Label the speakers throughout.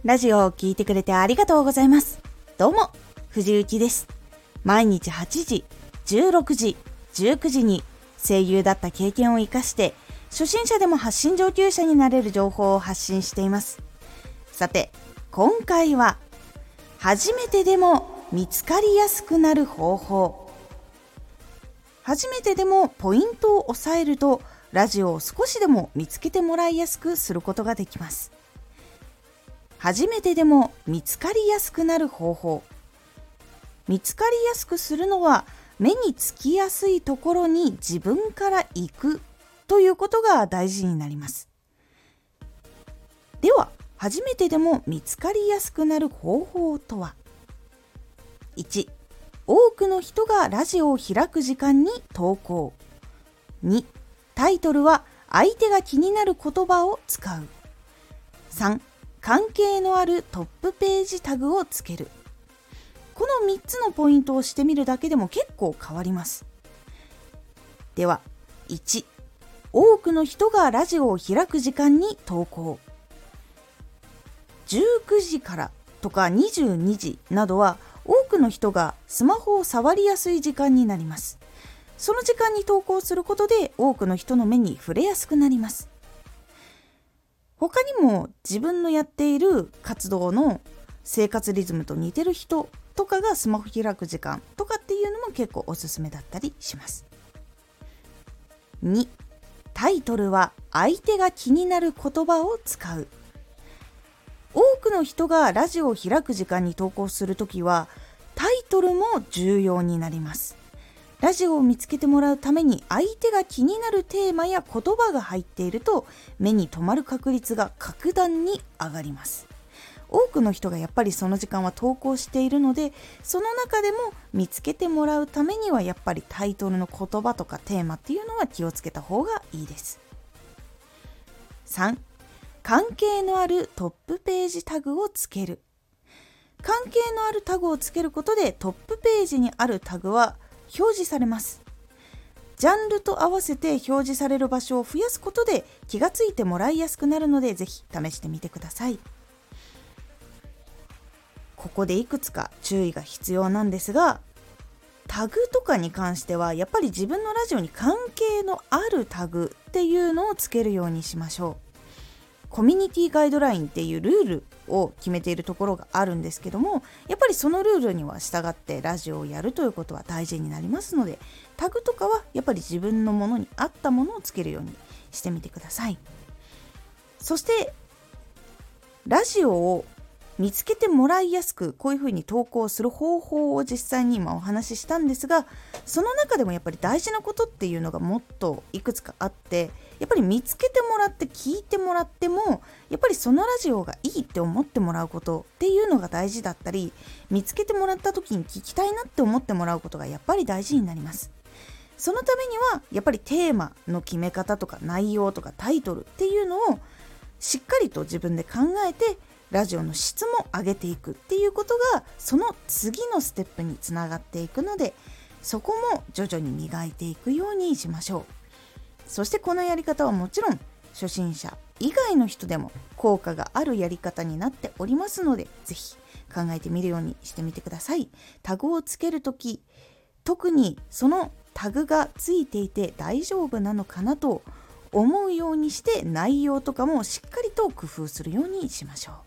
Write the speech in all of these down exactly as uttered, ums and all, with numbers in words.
Speaker 1: ラジオを聞いてくれてありがとうございます。どうも、藤幸です。毎日はちじ、じゅうろくじ、じゅうくじに声優だった経験を生かして初心者でも発信上級者になれる情報を発信しています。さて、今回は初めてでも見つかりやすくなる方法。初めてでもポイントを押さえるとラジオを少しでも見つけてもらいやすくすることができます。初めてでも見つかりやすくなる方法。見つかりやすくするのは目につきやすいところに自分から行くということが大事になります。では、初めてでも見つかりやすくなる方法とは。いち、多くの人がラジオを開く時間に投稿。に、タイトルは相手が気になる言葉を使う。さん、関係のあるトップページタグをつける。このみっつのポイントをしてみるだけでも結構変わります。では、いち、多くの人がラジオを開く時間に投稿。じゅうくじからとかにじゅうにじなどは多くの人がスマホを触りやすい時間になります。その時間に投稿することで多くの人の目に触れやすくなります。他にも自分のやっている活動の生活リズムと似てる人とかがスマホ開く時間とかっていうのも結構おすすめだったりします。に、タイトルは相手が気になる言葉を使う。多くの人がラジオを開く時間に投稿するときはタイトルも重要になります。ラジオを見つけてもらうために相手が気になるテーマや言葉が入っていると目に留まる確率が格段に上がります。多くの人がやっぱりその時間は投稿しているので、その中でも見つけてもらうためにはやっぱりタイトルの言葉とかテーマっていうのは気をつけた方がいいです。さん、関係のあるトップページタグをつける。関係のあるタグをつけることでトップページにあるタグは表示されます。ジャンルと合わせて表示される場所を増やすことで気がついてもらいやすくなるので、ぜひ試してみてください。ここでいくつか注意が必要なんですが、タグとかに関してはやっぱり自分のラジオに関係のあるタグっていうのをつけるようにしましょう。コミュニティガイドラインっていうルールを決めているところがあるんですけども、やっぱりそのルールには従ってラジオをやるということは大事になりますので、タグとかはやっぱり自分のものに合ったものをつけるようにしてみてください。そしてラジオを見つけてもらいやすくこういうふうに投稿する方法を実際に今お話ししたんですが、その中でもやっぱり大事なことっていうのがもっといくつかあって、やっぱり見つけてもらって聞いてもらってもやっぱりそのラジオがいいって思ってもらうことっていうのが大事だったり、見つけてもらった時に聞きたいなって思ってもらうことがやっぱり大事になります。そのためにはやっぱりテーマの決め方とか内容とかタイトルっていうのをしっかりと自分で考えてラジオの質も上げていくっていうことがその次のステップにつながっていくので、そこも徐々に磨いていくようにしましょう。そしてこのやり方はもちろん初心者以外の人でも効果があるやり方になっておりますので、ぜひ考えてみるようにしてみてください。タグをつけるとき、特にそのタグがついていて大丈夫なのかなと思うようにして内容とかもしっかりと工夫するようにしましょう。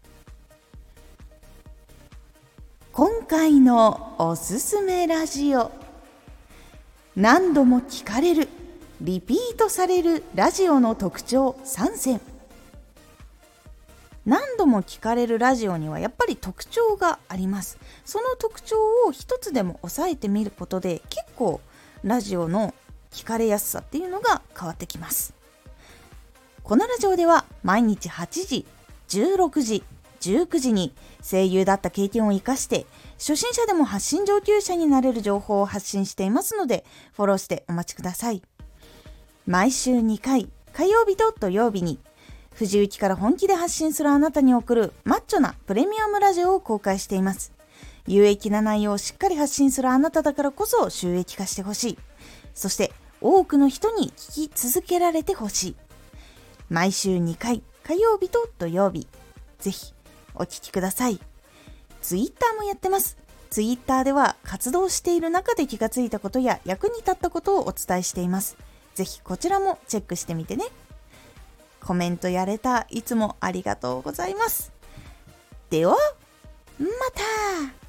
Speaker 1: 今回のおすすめラジオ。何度も聞かれる、リピートされるラジオの特徴さんせん。何度も聞かれるラジオにはやっぱり特徴があります。その特徴を一つでも押さえてみることで結構ラジオの聞かれやすさっていうのが変わってきます。このラジオでは毎日はちじ、じゅうろくじ、じゅうくじに声優だった経験を生かして初心者でも発信上級者になれる情報を発信していますので、フォローしてお待ちください。毎週にかい、火曜日と土曜日に藤雪から本気で発信するあなたに送るマッチョなプレミアムラジオを公開しています。有益な内容をしっかり発信するあなただからこそ収益化してほしい。そして多くの人に聞き続けられてほしい。毎週にかい、火曜日と土曜日、ぜひお聞きください。ツイッターもやってます。ツイッターでは活動している中で気がついたことや役に立ったことをお伝えしています。ぜひこちらもチェックしてみてね。コメントやレターいつもありがとうございます。では、また。